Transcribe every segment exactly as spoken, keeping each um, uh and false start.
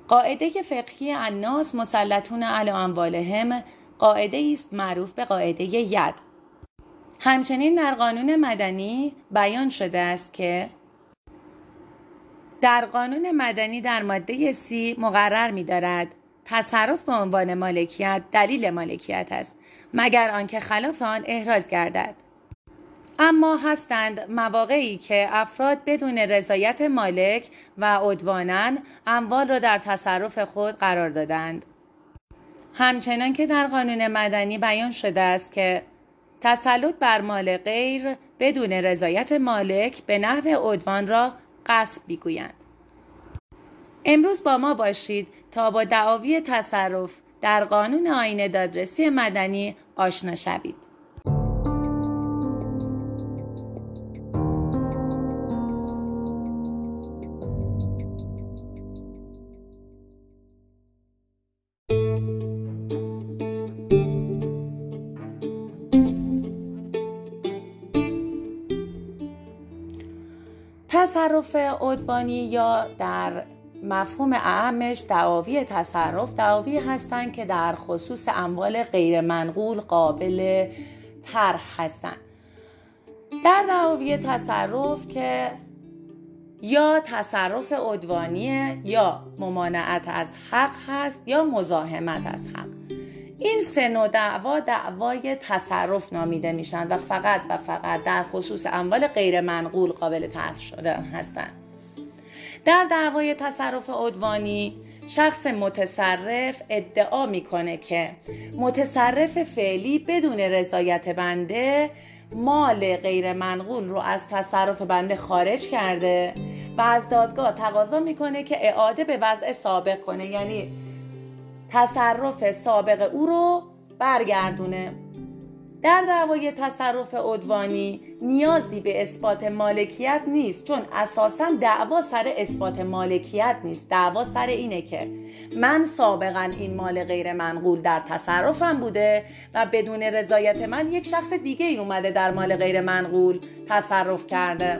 قاعده فقهی الناس مسلطون علی اموالهم قاعده است معروف به قاعده ید. همچنین در قانون مدنی بیان شده است که در قانون مدنی در ماده سی مقرر می‌دارد تصرف به عنوان مالکیت دلیل مالکیت است مگر آنکه خلاف آن احراز گردد. اما هستند مواقعی که افراد بدون رضایت مالک و عدواناً اموال را در تصرف خود قرار دادند. همچنان که در قانون مدنی بیان شده است که تسلط بر مال غیر بدون رضایت مالک به نحو عدوان را غصب می‌گویند. امروز با ما باشید تا با دعاوی تصرف در قانون آیین دادرسی مدنی آشنا شوید. تصرف عدوانی یا در مفهوم اعمش دعاوی تصرف دعاوی هستند که در خصوص اموال غیر منقول قابل طرح هستند. در دعاوی تصرف که یا تصرف عدوانی یا ممانعت از حق هست یا مزاحمت از حق. این سه نوع دعوا دعوای تصرف نامیده میشن و فقط و فقط در خصوص اموال غیر منقول قابل طرح شده هستند. در دعوای تصرف عدوانی شخص متصرف ادعا میکنه که متصرف فعلی بدون رضایت بنده مال غیر منقول رو از تصرف بنده خارج کرده و از دادگاه تقاضا میکنه که اعاده به وضع سابق کنه، یعنی تصرف سابق او رو برگردونه. در دعوای تصرف عدوانی نیازی به اثبات مالکیت نیست، چون اساساً دعوا سر اثبات مالکیت نیست. دعوا سر اینه که من سابقاً این مال غیر منقول در تصرفم بوده و بدون رضایت من یک شخص دیگه اومده در مال غیر منقول تصرف کرده.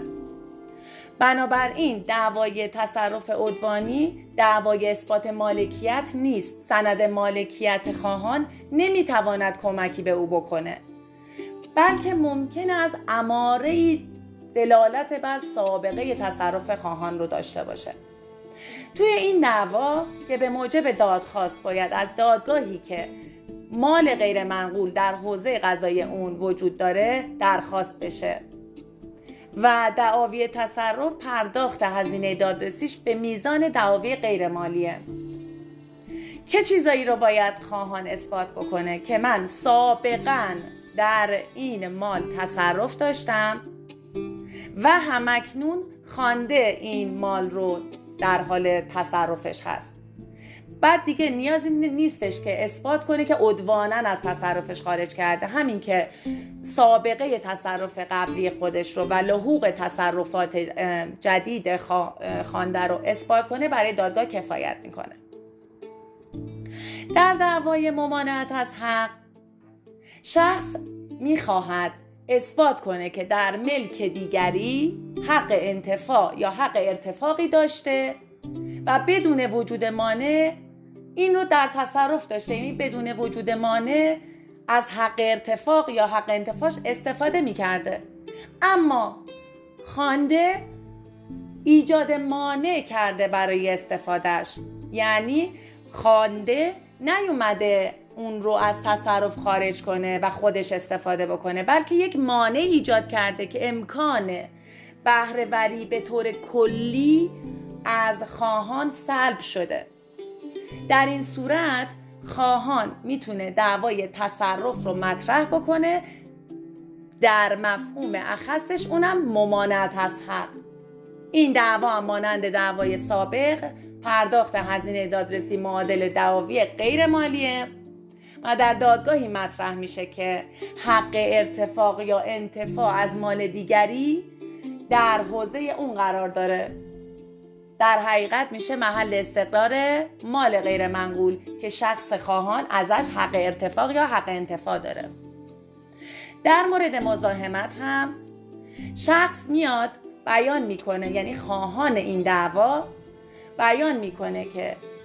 بنابراین دعوای تصرف عدوانی دعوای اثبات مالکیت نیست. سند مالکیت خواهان نمیتواند کمکی به او بکنه، بلکه ممکن است اماره‌ای دلالت بر سابقه تصرف خواهان رو داشته باشه. توی این دعوا که به موجب دادخواست باید از دادگاهی که مال غیر منقول در حوزه قضایی اون وجود داره درخواست بشه و دعاوی تصرف پرداخت هزینه دادرسیش به میزان دعاوی غیر مالیه. چه چیزایی رو باید خواهان اثبات بکنه؟ که من سابقاً در این مال تصرف داشتم و همکنون خوانده این مال رو در حال تصرفش هست. بعد دیگه نیازی نیستش که اثبات کنه که عدواناً از تصرفش خارج کرده. همین که سابقه تصرف قبلی خودش رو و لحوق تصرفات جدید خوانده رو اثبات کنه برای دادگاه کفایت میکنه. در دعوای ممانعت از حق شخص میخواهد اثبات کنه که در ملک دیگری حق انتفاع یا حق ارتفاقی داشته و بدون وجود مانع این رو در تصرف داشته، یعنی بدون وجود مانع از حق ارتفاق یا حق انتفاعش استفاده میکرده. اما خوانده ایجاد مانع کرده برای استفادهش، یعنی خوانده نیومده اون رو از تصرف خارج کنه و خودش استفاده بکنه، بلکه یک مانع ایجاد کرده که امکان بهره وری به طور کلی از خواهان سلب شده. در این صورت خواهان میتونه دعوای تصرف رو مطرح بکنه در مفهوم اخصش، اونم ممانعت از حق. این دعوا هم مانند دعوای سابق پرداخت هزینه دادرسی معادل دعاوی غیر مالیه و در دادگاهی مطرح میشه که حق ارتفاق یا انتفاع از مال دیگری در حوزه اون قرار داره. در حقیقت میشه محل استقرار مال غیر منقول که شخص خواهان ازش حق ارتفاق یا حق انتفاع داره. در مورد مزاحمت هم شخص میاد بیان میکنه، یعنی خواهان این دعوا بیان میکنه که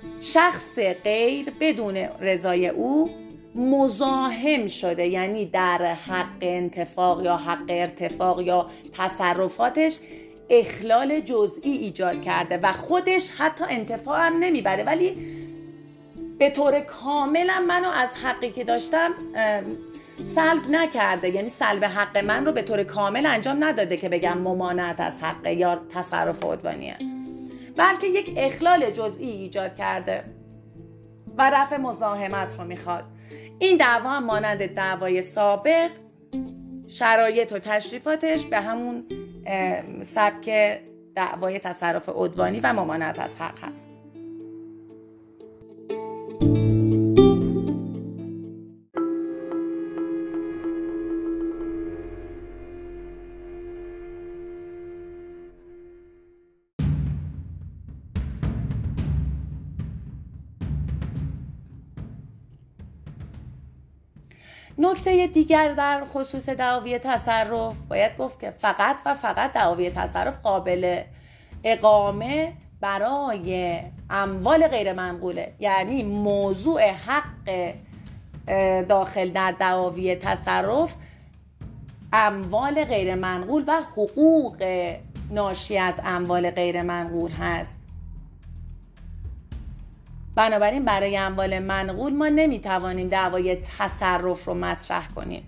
شخص غیر بدون رضای او مزاحم شده، یعنی در حق انتفاع یا حق ارتفاع یا تصرفاتش اخلال جزئی ایجاد کرده و خودش حتی انتفاع هم نمیبره، ولی به طور کاملا منو از حقی که داشتم سلب نکرده، یعنی سلب حق من رو به طور کامل انجام نداده که بگم ممانعت از حق یا تصرف عدوانیه، بلکه یک اخلال جزئی ایجاد کرده و رفع مزاحمت رو میخواد. این دعوا هم مانند دعوای سابق شرایط و تشریفاتش به همون سبک دعوای تصرف عدوانی و ممانعت از حق هست. نکته دیگر در خصوص دعاوی تصرف باید گفت که فقط و فقط دعاوی تصرف قابل اقامه برای اموال غیر منقوله، یعنی موضوع حق داخل در دعاوی تصرف اموال غیر منقول و حقوق ناشی از اموال غیر منقول هست. بنابراین برای اموال منقول ما نمیتوانیم دعوای تصرف رو مطرح کنیم.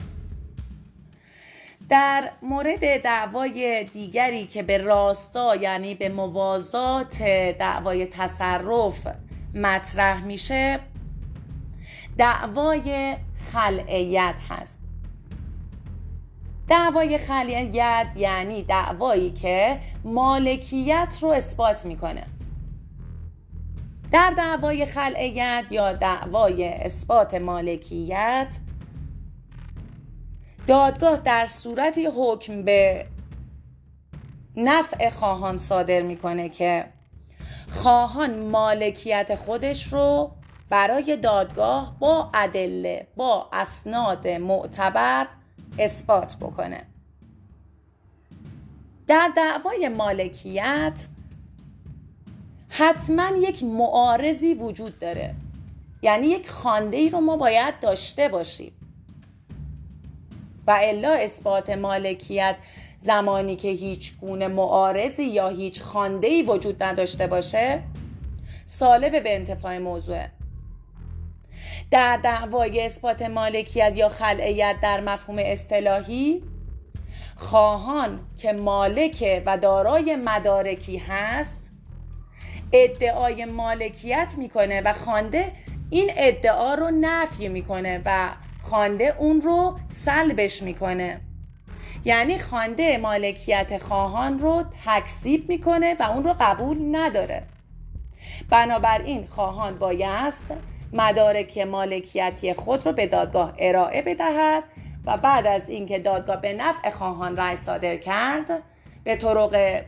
در مورد دعوای دیگری که به راستا یعنی به موازات دعوای تصرف مطرح میشه دعوای خلع هست. دعوای خلع یعنی دعوایی که مالکیت رو اثبات میکنه. در دعوای خلع یا دعوای اثبات مالکیت دادگاه در صورتی حکم به نفع خواهان صادر میکنه که خواهان مالکیت خودش رو برای دادگاه با ادله با اسناد معتبر اثبات بکنه. در دعوای مالکیت حتما یک معارضی وجود داره، یعنی یک خوانده‌ای رو ما باید داشته باشیم و الا اثبات مالکیت زمانی که هیچ گونه معارضی یا هیچ خوانده‌ای وجود نداشته باشه سالب به انتفاع موضوع. در دعوای اثبات مالکیت یا خلعیت در مفهوم اصطلاحی خواهان که مالک و دارای مدارکی هست ادعای مالکیت میکنه و خوانده این ادعا رو نفی میکنه و خوانده اون رو سلبش میکنه، یعنی خوانده مالکیت خواهان رو تکذیب میکنه و اون رو قبول نداره. بنابراین خواهان بایست مدارک مالکیتی خود رو به دادگاه ارائه بدهد و بعد از اینکه دادگاه به نفع خواهان رأی صادر کرد به طرق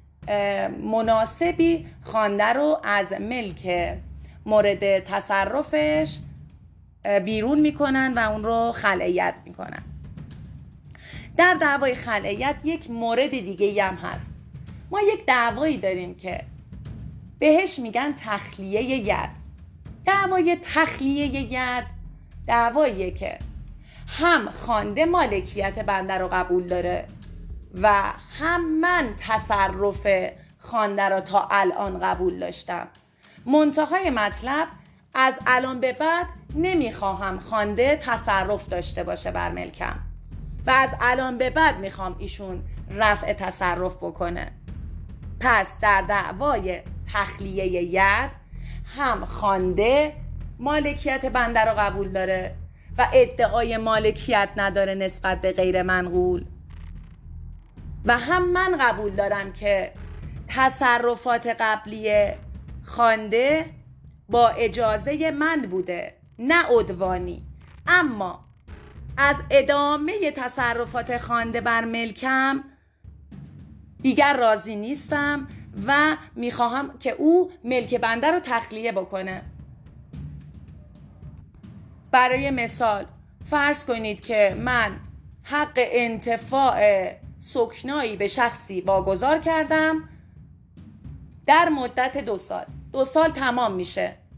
مناسبی خوانده رو از ملک مورد تصرفش بیرون میکنن و اون رو خلعیت میکنن. در دعوای خلعیت یک مورد دیگه هم هست. ما یک دعوایی داریم که بهش میگن تخلیه ید. دعوای تخلیه ید دعواییه که هم خوانده مالکیت بنده رو قبول داره و هم من تصرف خوانده رو تا الان قبول داشتم. منتهای مطلب از الان به بعد نمیخواهم خوانده تصرف داشته باشه بر ملکم و از الان به بعد میخوام ایشون رفع تصرف بکنه. پس در دعوای تخلیه ید هم خوانده مالکیت بنده رو قبول داره و ادعای مالکیت نداره نسبت به غیر منقول و هم من قبول دارم که تصرفات قبلی خوانده با اجازه من بوده نه عدوانی، اما از ادامه تصرفات خوانده بر ملکم دیگر راضی نیستم و میخواهم که او ملک بنده رو تخلیه بکنه. برای مثال فرض کنید که من حق انتفاع سکنایی به شخصی واگذار کردم در مدت دو سال. دو سال تمام میشه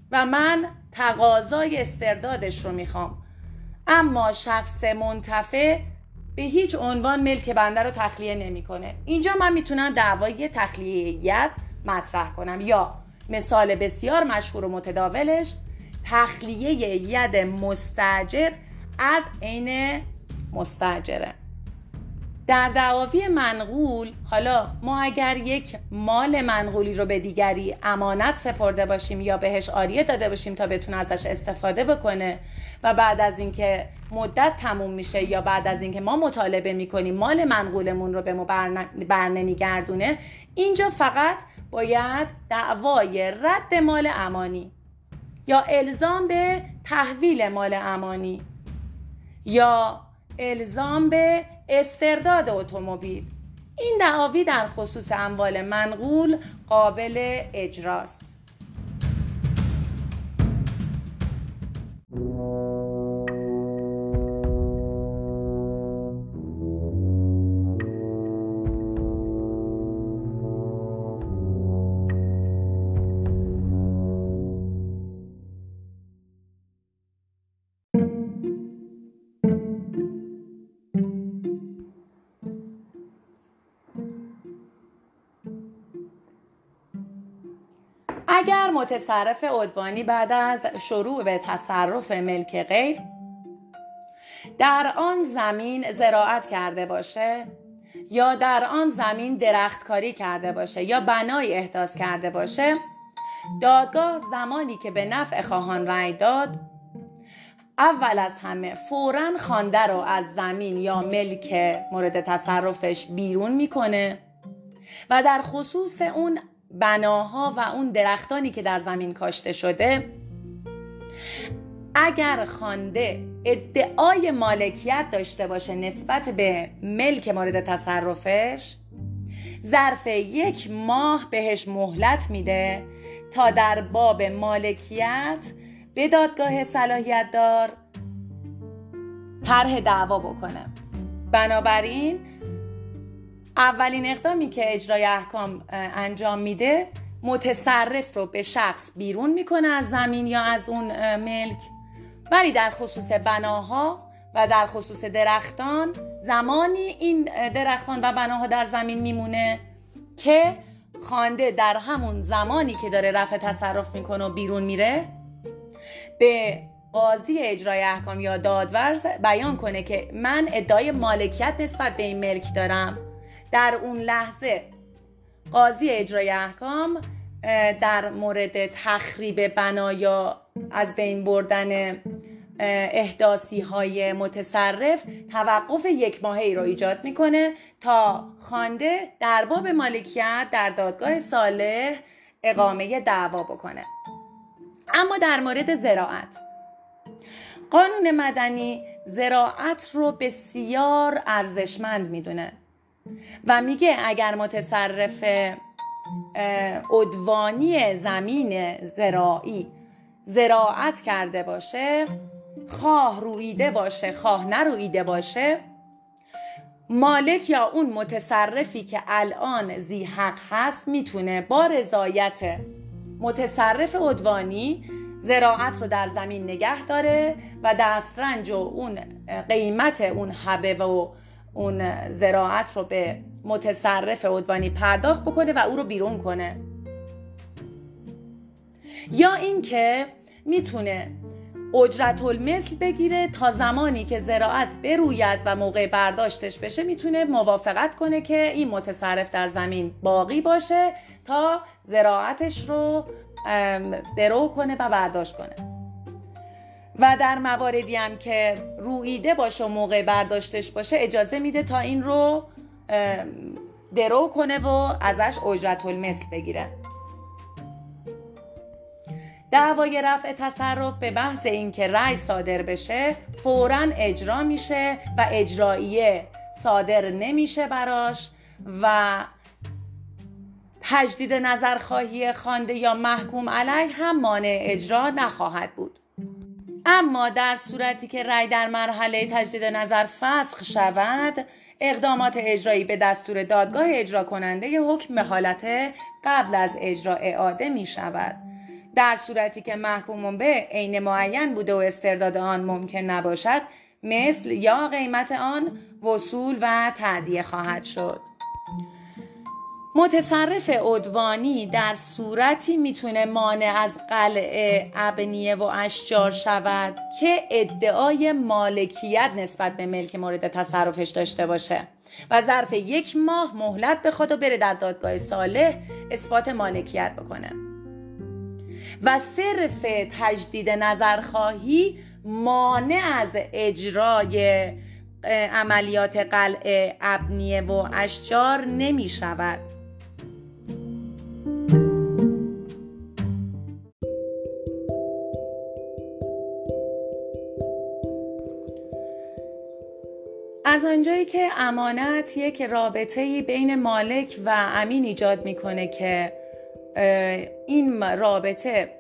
و من تقاضای استردادش رو میخوام، اما شخص منتفع به هیچ عنوان ملک بنده رو تخلیه نمیکنه. اینجا من میتونم دعوای تخلیه ید مطرح کنم، یا مثال بسیار مشهور و متداولش تخلیه ید مستاجر از عین مستاجره. در دعاوی منقول، حالا ما اگر یک مال منقولی رو به دیگری امانت سپرده باشیم یا بهش عاریه داده باشیم تا بتونه ازش استفاده بکنه و بعد از اینکه مدت تموم میشه یا بعد از اینکه ما مطالبه میکنیم مال منقولمون رو به ما برنمیگردونه، اینجا فقط باید دعوای رد مال امانی یا الزام به تحویل مال امانی یا الزام به استرداد اتومبیل، این دعاوی در خصوص اموال منقول قابل اجراست. اگر متصرف عدوانی بعد از شروع به تصرف ملک غیر در آن زمین زراعت کرده باشه یا در آن زمین درختکاری کرده باشه یا بنای احداث کرده باشه، دادگاه زمانی که به نفع خواهان رأی داد اول از همه فوراً خوانده رو از زمین یا ملک مورد تصرفش بیرون میکنه و در خصوص اون بناها و اون درختانی که در زمین کاشته شده، اگر خوانده ادعای مالکیت داشته باشه نسبت به ملک مورد تصرفش، ظرف یک ماه بهش مهلت میده تا در باب مالکیت به دادگاه صلاحیت دار طرح دعوا بکنه. بنابراین اولین اقدامی که اجرای احکام انجام میده، متصرف رو به شخص بیرون میکنه از زمین یا از اون ملک، ولی در خصوص بناها و در خصوص درختان زمانی این درختان و بناها در زمین میمونه که خوانده در همون زمانی که داره رفع تصرف میکنه و بیرون میره به قاضی اجرای احکام یا دادور بیان کنه که من ادعای مالکیت نسبت به این ملک دارم. در اون لحظه قاضی اجرای احکام در مورد تخریب بنا یا از بین بردن احداثی های متصرف توقف یک ماهه‌ای رو ایجاد میکنه تا خوانده در باب مالکیت در دادگاه صالح اقامه دعوا بکنه. اما در مورد زراعت، قانون مدنی زراعت رو بسیار ارزشمند میدونه و میگه اگر متصرف عدوانی زمین زراعی زراعت کرده باشه، خواه رویده باشه خواه نرویده باشه، مالک یا اون متصرفی که الان ذی حق هست میتونه با رضایت متصرف عدوانی زراعت رو در زمین نگه داره و دسترنج و اون قیمت اون حبه و اون زراعت رو به متصرف عدوانی پرداخت بکنه و او رو بیرون کنه. یا اینکه میتونه اجرت المثل بگیره تا زمانی که زراعت بروید و موقع برداشتش بشه میتونه موافقت کنه که این متصرف در زمین باقی باشه تا زراعتش رو درو کنه و برداشت کنه. و در مواردی هم که رویده باشه و موقع برداشتش باشه اجازه میده تا این رو درو کنه و ازش اجرت المثل بگیره. دعوای رفع تصرف به بحث این که رأی صادر بشه فوراً اجرا میشه و اجراییه صادر نمیشه براش و تجدید نظرخواهی خوانده یا محکوم علیه هم مانع اجرا نخواهد بود. اما در صورتی که رأی در مرحله تجدید نظر فسخ شود، اقدامات اجرایی به دستور دادگاه اجرا کننده حکم به حالت قبل از اجرا اعاده می شود در صورتی که محکوم به عین معین بوده و استرداد آن ممکن نباشد، مثل یا قیمت آن وصول و تأدیه خواهد شد. متصرف عدوانی در صورتی میتونه مانع از قلع ابنیه و اشجار شود که ادعای مالکیت نسبت به ملک مورد تصرفش داشته باشه و ظرف یک ماه مهلت بخواد و بره در دادگاه صالح اثبات مالکیت بکنه. و صرف تجدید نظرخواهی مانع از اجرای عملیات قلع ابنیه و اشجار نمی شود. از آنجایی که امانت یک رابطه‌ای بین مالک و امین ایجاد میکنه که این رابطه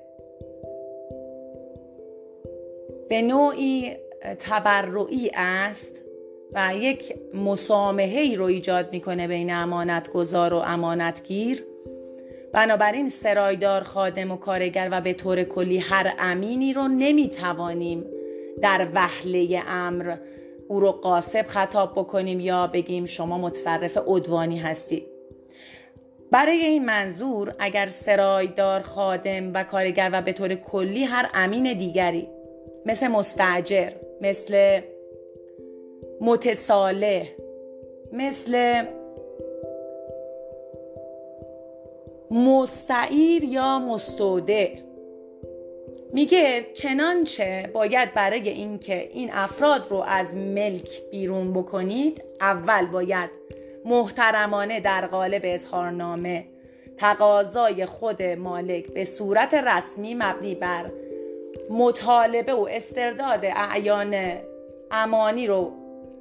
به نوعی تبرعی است و یک مسامحه‌ای رو ایجاد میکنه بین امانتگزار و امانتگیر، بنابراین سرایدار، خادم و کارگر و به طور کلی هر امینی رو نمیتوانیم در وهله امر او رو غاصب خطاب بکنیم یا بگیم شما متصرف عدوانی هستید. برای این منظور اگر سرایدار، خادم و کارگر و به طور کلی هر امین دیگری مثل مستاجر، مثل متصالح، مثل مستعیر یا مستودع، میگه چنانچه باید برای اینکه این افراد رو از ملک بیرون بکنید، اول باید محترمانه در قالب اظهارنامه تقاضای خود مالک به صورت رسمی مبنی بر مطالبه و استرداد اعیان امانی رو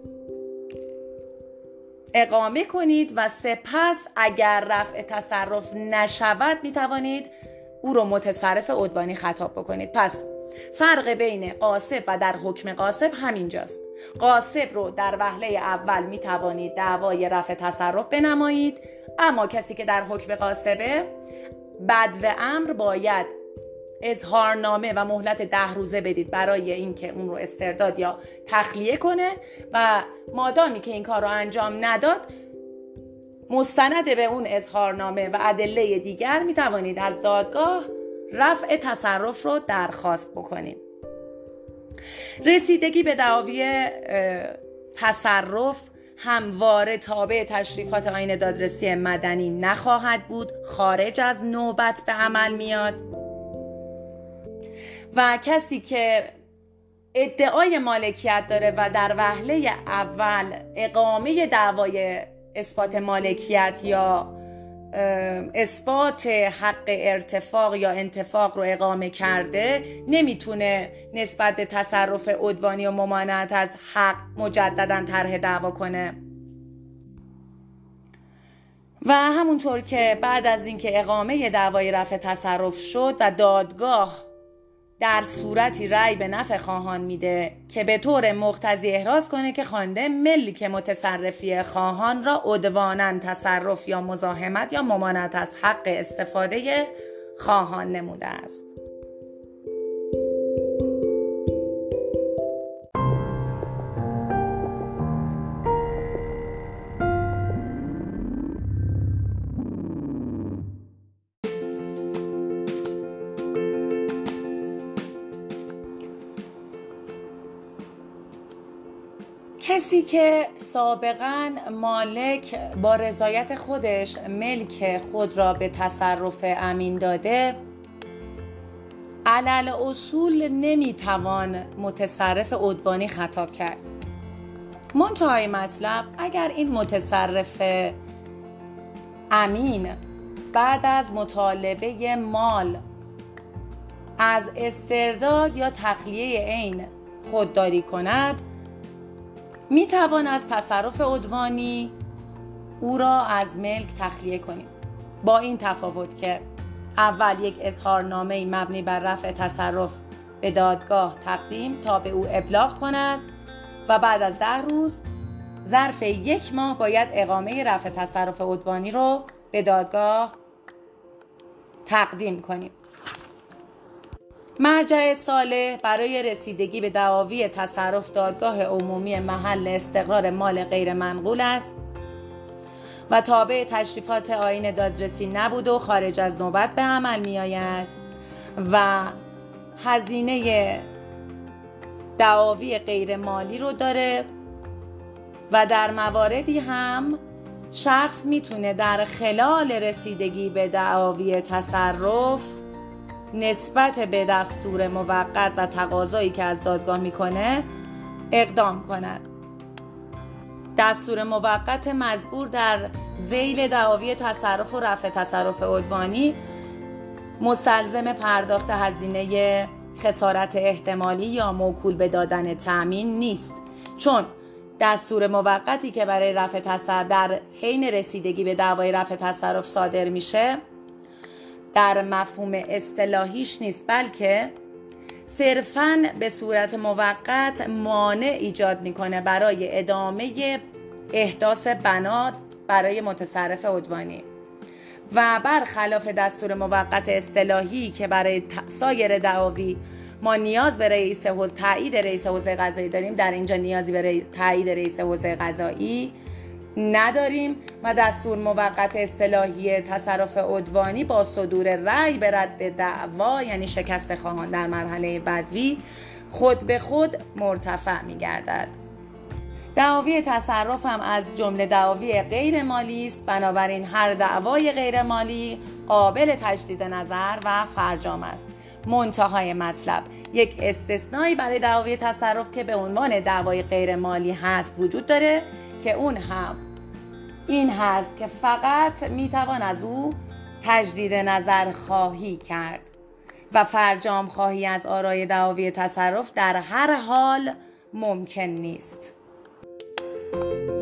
اقامه کنید و سپس اگر رفع تصرف نشود میتوانید او رو متصرف عدوانی خطاب بکنید. پس فرق بین غاصب و در حکم غاصب همینجاست. غاصب رو در وهله اول می توانید دعوای رفع تصرف بنمایید، اما کسی که در حکم غاصبه بدو امر باید اظهارنامه و مهلت ده روزه بدید برای اینکه اون رو استرداد یا تخلیه کنه و مادامی که این کار رو انجام نداد، مستند به اون اظهارنامه و ادله دیگر می توانید از دادگاه رفع تصرف رو درخواست بکنید. رسیدگی به دعاوی تصرف همواره تابع تشریفات آیین دادرسی مدنی نخواهد بود، خارج از نوبت به عمل میاد و کسی که ادعای مالکیت داره و در وهله اول اقامه دعوای اثبات مالکیت یا اثبات حق ارتفاق یا انتفاق رو اقامه کرده، نمیتونه نسبت به تصرف عدوانی و ممانعت از حق مجددا طرح دعوا کنه. و همونطور که بعد از اینکه اقامه دعوای رفع تصرف شد و دادگاه در صورتی رأی به نفع خواهان میده که به طور مقتضی احراز کنه که خوانده ملک متصرفی خواهان را عدوانا تصرف یا مزاحمت یا ممانعت از حق استفاده خواهان نموده است. کسی که سابقاً مالک با رضایت خودش ملک خود را به تصرف امین داده، علل اصول نمیتوان متصرف عدوانی خطاب کرد. منتهای مطلب اگر این متصرف امین بعد از مطالبه مال از استرداد یا تخلیه عین خودداری کند، می توان از تصرف عدوانی او را از ملک تخلیه کنیم، با این تفاوت که اول یک اظهارنامه مبنی بر رفع تصرف به دادگاه تقدیم تا به او ابلاغ کند و بعد از ده روز ظرف یک ماه باید اقامه رفع تصرف عدوانی رو به دادگاه تقدیم کنیم. مرجع صالح برای رسیدگی به دعاوی تصرف دادگاه عمومی محل استقرار مال غیر منقول است و تابع تشریفات آیین دادرسی نبود و خارج از نوبت به عمل می آید و هزینه دعاوی غیر مالی رو داره و در مواردی هم شخص میتونه در خلال رسیدگی به دعاوی تصرف نسبت به دستور موقت و تقاضایی که از دادگاه میکنه اقدام کند. دستور موقت مزبور در ذیل دعاوی تصرف و رفع تصرف عدوانی مستلزم پرداخت هزینه خسارت احتمالی یا موکول به دادن تأمین نیست، چون دستور موقتی که برای رفع تصرف در حین رسیدگی به دعوای رفع تصرف صادر میشه در مفهوم اصطلاحیش نیست، بلکه صرفاً به صورت موقت مانع ایجاد میکنه برای ادامه احداث بنا برای متصرف عدوانی و برخلاف دستور موقت اصطلاحی که برای سایر دعاوی ما نیاز به رئیس حوزه تایید رئیس حوزه قضایی داریم، در اینجا نیازی به تایید رئیس حوزه قضایی نداریم و دستور موقت اصطلاحی تصرف عدوانی با صدور رأی به رد دعوا، یعنی شکست خواهان در مرحله بدوی، خود به خود مرتفع می گردد. دعاوی تصرف هم از جمله دعاوی غیر مالی است، بنابراین هر دعوای غیر مالی قابل تجدید نظر و فرجام است. منتهای مطلب، یک استثنایی برای دعاوی تصرف که به عنوان دعوای غیر مالی هست وجود داره که اون هم این هست که فقط میتوان از او تجدید نظر خواهی کرد و فرجام خواهی از آرای دعاوی تصرف در هر حال ممکن نیست.